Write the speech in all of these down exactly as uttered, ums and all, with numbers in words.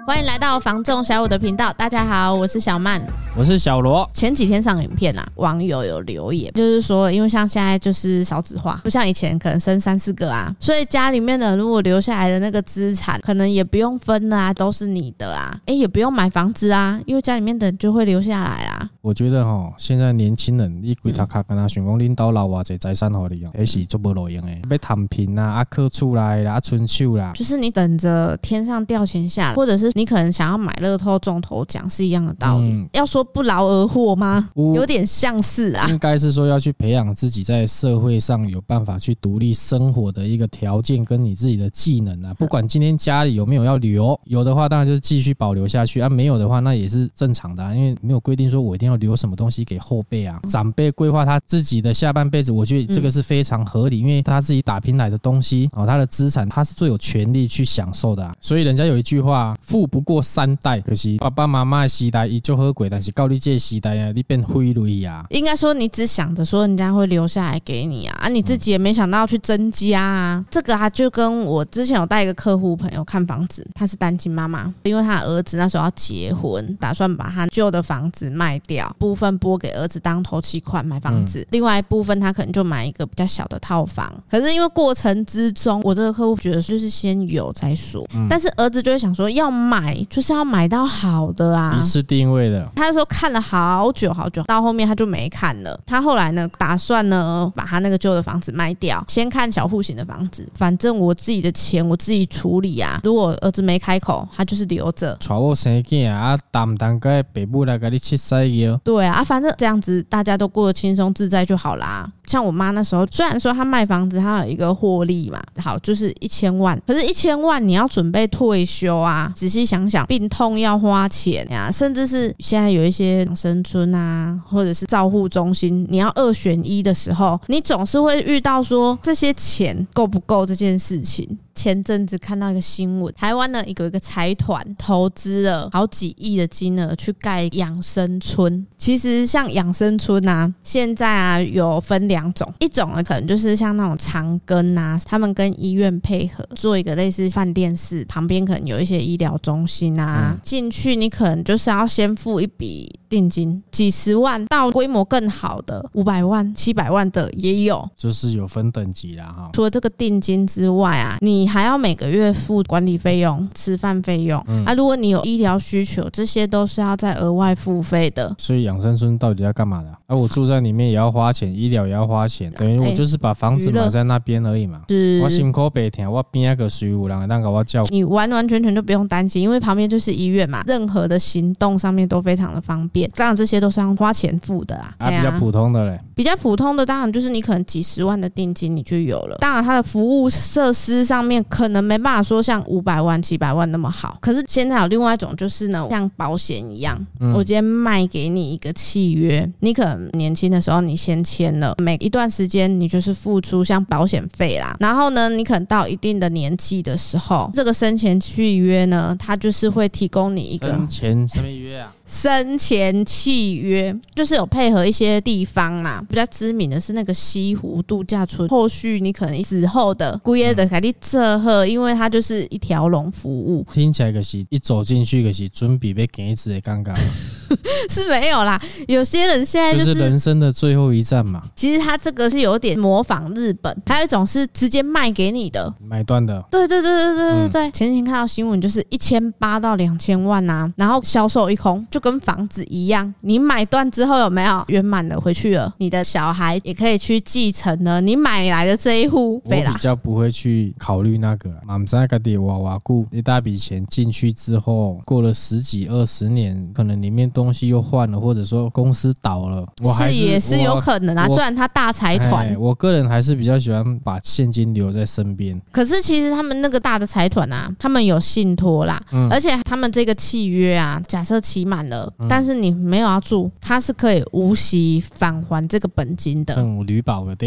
欢迎来到房仲小五的频道，大家好，我是小曼， 我是小罗。 前几天上影片啊，网友有留言，就是说，因为像现在就是少子化，不像以前可能生三四个啊，所以家里面的如果留下来的那个资产，可能也不用分啊，都是你的啊，哎，也不用买房子啊，因为家里面的就会留下来啊。 我觉得哈，现在年轻人你规头壳跟他想讲，恁兜留偌济财产给你哦，那是做不路用的。要摊平啊，啊，靠厝来啦，啊，春手啦， 就是你等着天上掉钱下来，或者是你可能想要买乐透中头奖，是一样的道理。嗯、要说不劳而获吗？有点像是啊。 应该是说要去培养自己在社会上有办法去独立生活的一个条件，跟你自己的技能啊。不管今天家里有没有要留，有的话当然就是继续保留下去啊，没有的话那也是正常的啊，因为没有规定说我一定要留什么东西给后辈啊。长辈规划他自己的下半辈子，我觉得这个是非常合理，因为他自己打拼来的东西啊，他的资产他是最有权利去享受的啊。所以人家有一句话，富不过三代，可是爸爸妈妈的时代依旧好过，但是到你这个时代啊，你变废类啊。 应该说你只想着说人家会留下来给你啊，啊你自己也没想到要去增加啊。这个啊就跟我之前有带一个客户朋友看房子，他是单亲妈妈，因为他儿子那时候要结婚，打算把他旧的房子卖掉，部分拨给儿子当头期款买房子，嗯、另外一部分他可能就买一个比较小的套房。可是因为过程之中，我这个客户觉得就是先有再说，嗯、但是儿子就会想说要买就是要买到好的啊， 一次定位的。 他那时候看了好久好久，到后面他就没看了。他后来呢，打算呢把他那个旧的房子卖掉，先看小户型的房子。反正我自己的钱我自己处理啊。如果儿子没开口，他就是留着。 带我生囝啊，担唔担个爸母来给你切塞个？ 对啊，反正这样子大家都过得轻松自在就好啦。像我妈那时候，虽然说她卖房子，她有一个获利嘛，好就是一千万，可是一千万你要准备退休啊，仔细想想，病痛要花钱呀、啊，甚至是现在有一些养生村啊，或者是照护中心，你要二选一的时候，你总是会遇到说这些钱够不够这件事情。前阵子看到一个新闻，台湾呢有一个财团投资了好几亿的金额去盖养生村。其实像养生村啊，现在啊有分两种，一种呢可能就是像那种长庚啊，他们跟医院配合做一个类似饭店式，旁边可能有一些医疗中心啊，进、嗯、去你可能就是要先付一笔定金，几十万到规模更好的五百万、七百万的也有， 就是有分等级啦哈。 除了这个定金之外啊，你还要每个月付管理费用、吃饭费用、嗯、啊，如果你有医疗需求，这些都是要再额外付费的。 所以养生村到底要干嘛的？啊，我住在里面也要花钱，医疗也要花钱，等于我就是把房子买在那边而已嘛。是，我心口白疼，我边那个水有人让我叫， 你完完全全就不用担心，因为旁边就是医院嘛，任何的行动上面都非常的方便。当然这些都是要花钱付的啊。 啊，比较普通的嘞， 比较普通的当然就是你可能几十万的定金你就有了。当然它的服务设施上面可能没办法说像五百万、七百万那么好。可是现在有另外一种就是呢，像保险一样，嗯、我今天卖给你一个契约，你可能年轻的时候你先签了，每一段时间你就是付出像保险费啦。然后呢，你可能到一定的年纪的时候，这个生前契约呢，它就是会提供你一个生前什么约啊？ 生前契约就是有配合一些地方啦，比较知名的是那个西湖度假村，后续你可能死后的规业的给你这贺，因为它就是一条龙服务。 听起来就是一走进去就是准备被给子的尴尬是没有啦，有些人现在就是、 就是人生的最后一站嘛。 其实他这个是有点模仿日本，还有一种是直接卖给你的， 买断的。 对对对对对对对、嗯、前几天看到新闻就是一千八到两千万啊，然后销售一空，就跟房子一样，你买断之后有没有圆满了回去了，你的小孩也可以去继承了你买来的这一户。 我比较不会去考虑那个，嘛不知道自己娃娃顾一大笔钱进去之后，过了十几二十年，可能里面东西又换了，或者说公司倒了，我还是是也是有可能啊。虽然他大财团， 我个人还是比较喜欢把现金留在身边。 可是其实他们那个大的财团啊，他们有信托啦、嗯，而且他们这个契约啊，假设期满了、嗯，但是你没有要住，他是可以无息返还这个本金的。 像旅保的对啊。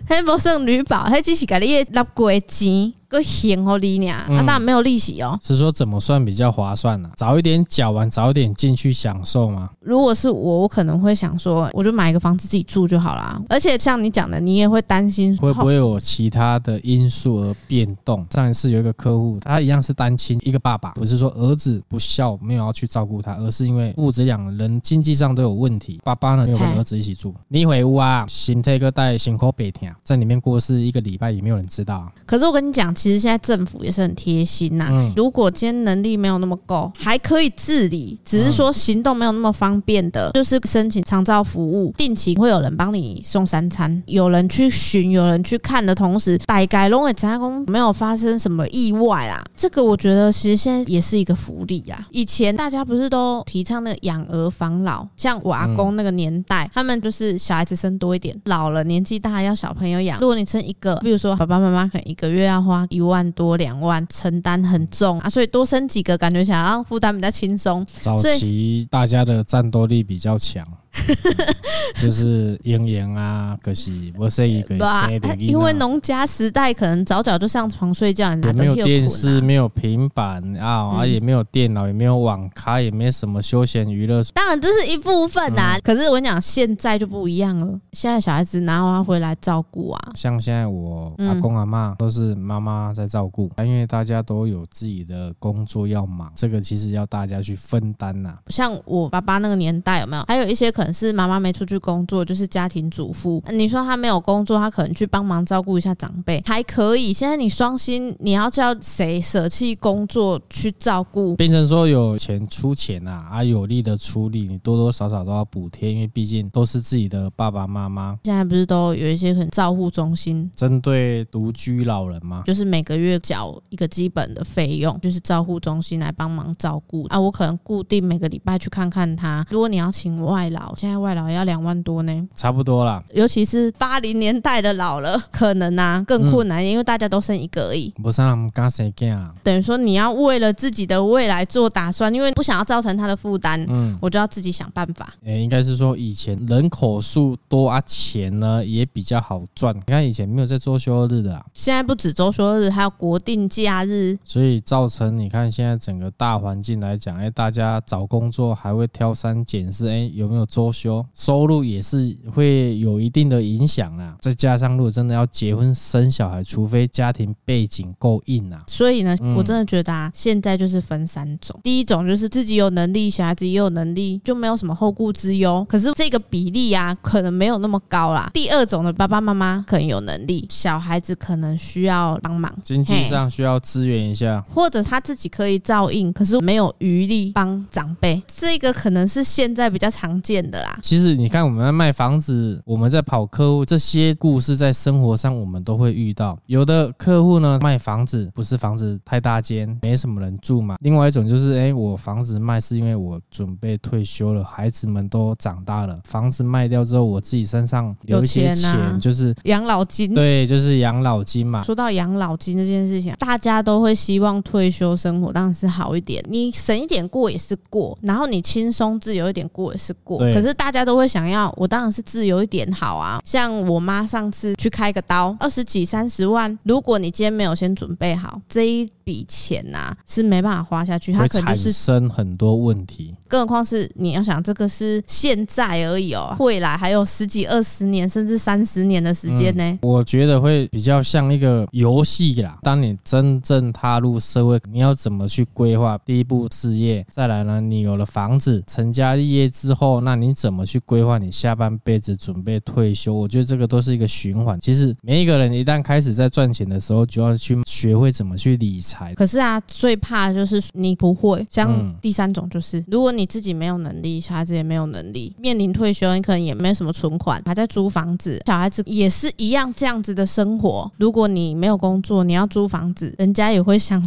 迄无算旅保，迄只是甲你的纳过的钱个还给你俩，啊，当然没有利息哦。 是说怎么算比较划算呢、啊？早一点缴完，早一点进去享受吗？ 如果是我，我可能会想说，我就买一个房子自己住就好啦。而且像你讲的，你也会担心会不会有其他的因素而变动。上一次有一个客户，他一样是单亲，一个爸爸，不是说儿子不孝没有要去照顾他，而是因为父子两人经济上都有问题。爸爸呢没有跟儿子一起住，你回屋啊，身体个带心口北疼，在里面过世一个礼拜也没有人知道、啊。 可是我跟你讲，其实现在政府也是很贴心呐、啊嗯。如果今天能力没有那么够，还可以自理，只是说行动没有那么方便的，嗯、就是申请长照服务，定期会有人帮你送三餐，有人去巡，有人去看的同时，大概拢会知道没有发生什么意外啦。这个我觉得其实现在也是一个福利啊。以前大家不是都提倡那个养儿防老，像我阿公那个年代、嗯，他们就是小孩子生多一点，老了年纪大要小朋友养。如果你生一个，比如说爸爸妈妈可能一个月要花一万多两万，承担很重啊，所以多生几个感觉想要负担比较轻松。 早期大家的战斗力比较强。就是营养啊，可是我生一个生的， 因为农家时代可能早早就上床睡觉， 也没有电视，没有平板啊、嗯、啊，也没有电脑，也没有网咖，也没什么休闲娱乐。 当然这是一部分啊、嗯，可是我跟你讲，现在就不一样了。现在小孩子哪有他回来照顾啊？ 像现在我阿公阿嬷都是妈妈在照顾、嗯，因为大家都有自己的工作要忙，这个其实要大家去分担呐、啊。 像我爸爸那个年代有没有？还有一些可能是妈妈没出去工作，就是家庭主妇。你说他没有工作，他可能去帮忙照顾一下长辈，还可以。现在你双薪，你要叫谁舍弃工作去照顾？ 变成说有钱出钱啊，啊有力的出力，你多多少少都要补贴，因为毕竟都是自己的爸爸妈妈。 现在不是都有一些可能照护中心， 针对独居老人吗？ 就是每个月缴一个基本的费用，就是照护中心来帮忙照顾啊。我可能固定每个礼拜去看看他。如果你要请外劳，现在外劳也要两万多呢， 差不多啦。 尤其是八零年代的老了，可能啊更困难、嗯，因为大家都生一个而已。 不是让他们刚生囝啊， 等于说你要为了自己的未来做打算，因为不想要造成他的负担，嗯，我就要自己想办法。 欸、应该是说以前人口数多啊，钱呢也比较好赚。你看以前没有在周休日的啊， 现在不止周休日，还有国定假日， 所以造成你看现在整个大环境来讲，哎、欸，大家找工作还会挑三拣四，哎、欸，有没有周休？收入也是会有一定的影响啦。再加上如果真的要结婚生小孩，除非家庭背景够硬啊。 所以呢，嗯、我真的觉得啊，现在就是分三种。第一种就是自己有能力，小孩子也有能力，就没有什么后顾之忧。可是这个比例啊，可能没有那么高啦。第二种的爸爸妈妈可能有能力，小孩子可能需要帮忙， 经济上需要支援一下， 或者他自己可以照应，可是没有余力帮长辈。这个可能是现在比较常见的啦。 其实你看我们在卖房子，我们在跑客户，这些故事在生活上我们都会遇到。有的客户呢卖房子，不是房子太大间没什么人住嘛，另外一种就是哎、欸，我房子卖是因为我准备退休了，孩子们都长大了，房子卖掉之后我自己身上留一些钱，啊、就是养老金。 对，就是养老金嘛。 说到养老金这件事情，大家都会希望退休生活当然是好一点，你省一点过也是过，然后你轻松自由一点过也是过。可是大家都会想要，我当然是自由一点好啊。像我妈上次去开个刀，二十几三十万，如果你今天没有先准备好，这一笔钱啊是没办法花下去，它可能就是会产生很多问题。 更何况是你要想，这个是现在而已哦，未来还有十几二十年甚至三十年的时间呢、嗯。 我觉得会比较像一个游戏啦。当你真正踏入社会，你要怎么去规划？第一步事业，再来呢，你有了房子，成家立业之后，那你怎么去规划你下半辈子准备退休？我觉得这个都是一个循环。其实每一个人一旦开始在赚钱的时候，就要去学会怎么去理财。 可是啊，最怕的就是你不会。像第三种就是，如果你自己没有能力，小孩子也没有能力，面临退休，你可能也没什么存款，还在租房子，小孩子也是一样这样子的生活。如果你没有工作，你要租房子，人家也会想说，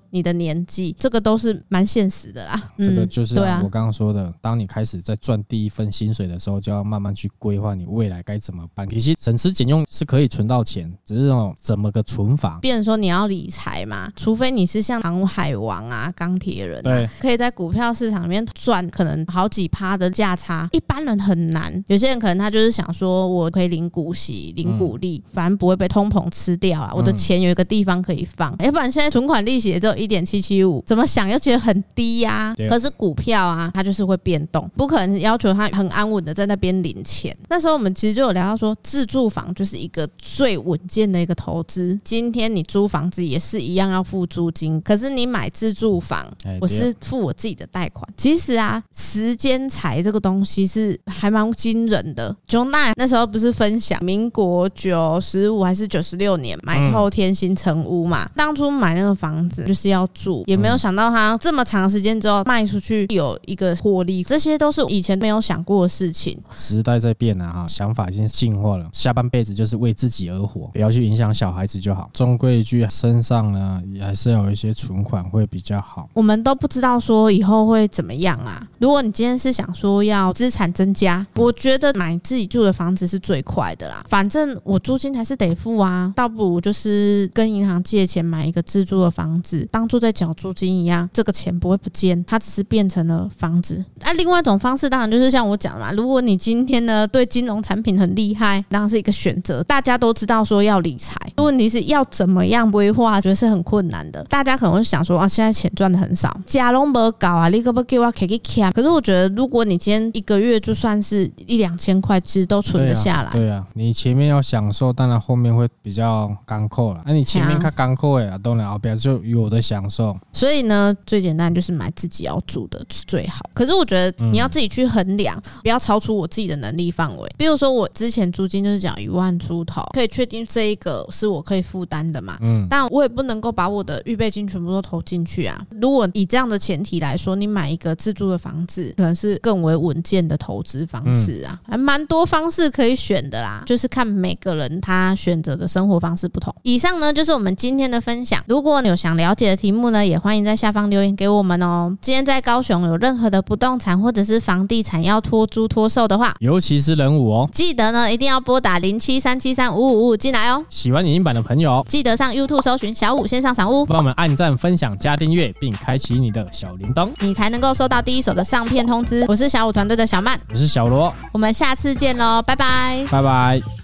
你的年纪，这个都是蛮现实的啦。 这个就是、啊嗯啊、 我刚刚说的，当你开始在赚第一份薪水的时候，就要慢慢去规划你未来该怎么办。其实省吃俭用是可以存到钱，只是那种怎么个存法。 变成说你要理财嘛，除非你是像航海王啊、钢铁人、啊， 对， 可以在股票市场里面赚可能好几趴的价差，一般人很难。有些人可能他就是想说，我可以领股息、领股利，嗯、反正不会被通膨吃掉啊。我的钱有一个地方可以放，要、嗯、不然现在存款利息也只有一点七七五，怎么想又觉得很低呀、啊。可是股票啊，它就是会变动，不可能要求它很安稳的在那边领钱。那时候我们其实就有聊到说，自住房就是一个最稳健的一个投资。今天你租房子也是一样要付租金，可是你买自住房，我是付我自己的贷款。其实啊，时间财这个东西是还蛮惊人的。John 那时候不是分享民国九十五还是九十六年买透天星成屋嘛、嗯？当初买那个房子就是要住，也没有想到他这么长时间之后卖出去有一个获利，这些都是以前没有想过的事情。 时代在变啊，想法已经进化了，下半辈子就是为自己而活，不要去影响小孩子就好。中规一矩，身上呢也还是要有一些存款会比较好。 我们都不知道说以后会怎么样啊。如果你今天是想说要资产增加，我觉得买自己住的房子是最快的啦。反正我租金还是得付啊，倒不如就是跟银行借钱买一个自住的房子，当初在缴租金一样，这个钱不会不见，它只是变成了房子。那、啊、另外一种方式当然就是像我讲的嘛，如果你今天呢对金融产品很厉害，当然是一个选择。大家都知道说要理财，问题是要怎么样规划，觉得是很困难的。大家可能会想说啊，现在钱赚的很少，家都没搞啊，你可不给我开给卡？可是我觉得，如果你今天一个月就算是一两千块，其实都存得下来。 对啊，对啊，你前面要享受，当然后面会比较干扣了。那、啊、你前面看干扣哎，当然后边就有的享受。 所以呢，最简单就是买自己要住的最好。可是我觉得你要自己去衡量，嗯、不要超出我自己的能力范围。比如说我之前租金就是讲一万出头，可以确定这一个是我可以负担的嘛。嗯，但我也不能够把我的预备金全部都投进去啊。如果以这样的前提来说，你买一个自住的房子，可能是更为稳健的投资方式啊，还蛮多方式可以选的啦，就是看每个人他选择的生活方式不同。以上呢就是我们今天的分享，如果你有想了解的题目呢，也欢迎在下方留言给我们哦。今天在高雄有任何的不动产或者是房地产要托租托售的话， 尤其是人武哦， 记得呢一定要拨打零七三七三五五五五进来哦。 喜欢影音版的朋友， 记得上 YouTube 搜寻小武线上赏屋， 帮我们按赞、分享、加订阅，并开启你的小铃铛， 你才能够收到第一手的上片通知。我是小武团队的小曼， 我是小罗， 我们下次见喽，拜拜， 拜拜。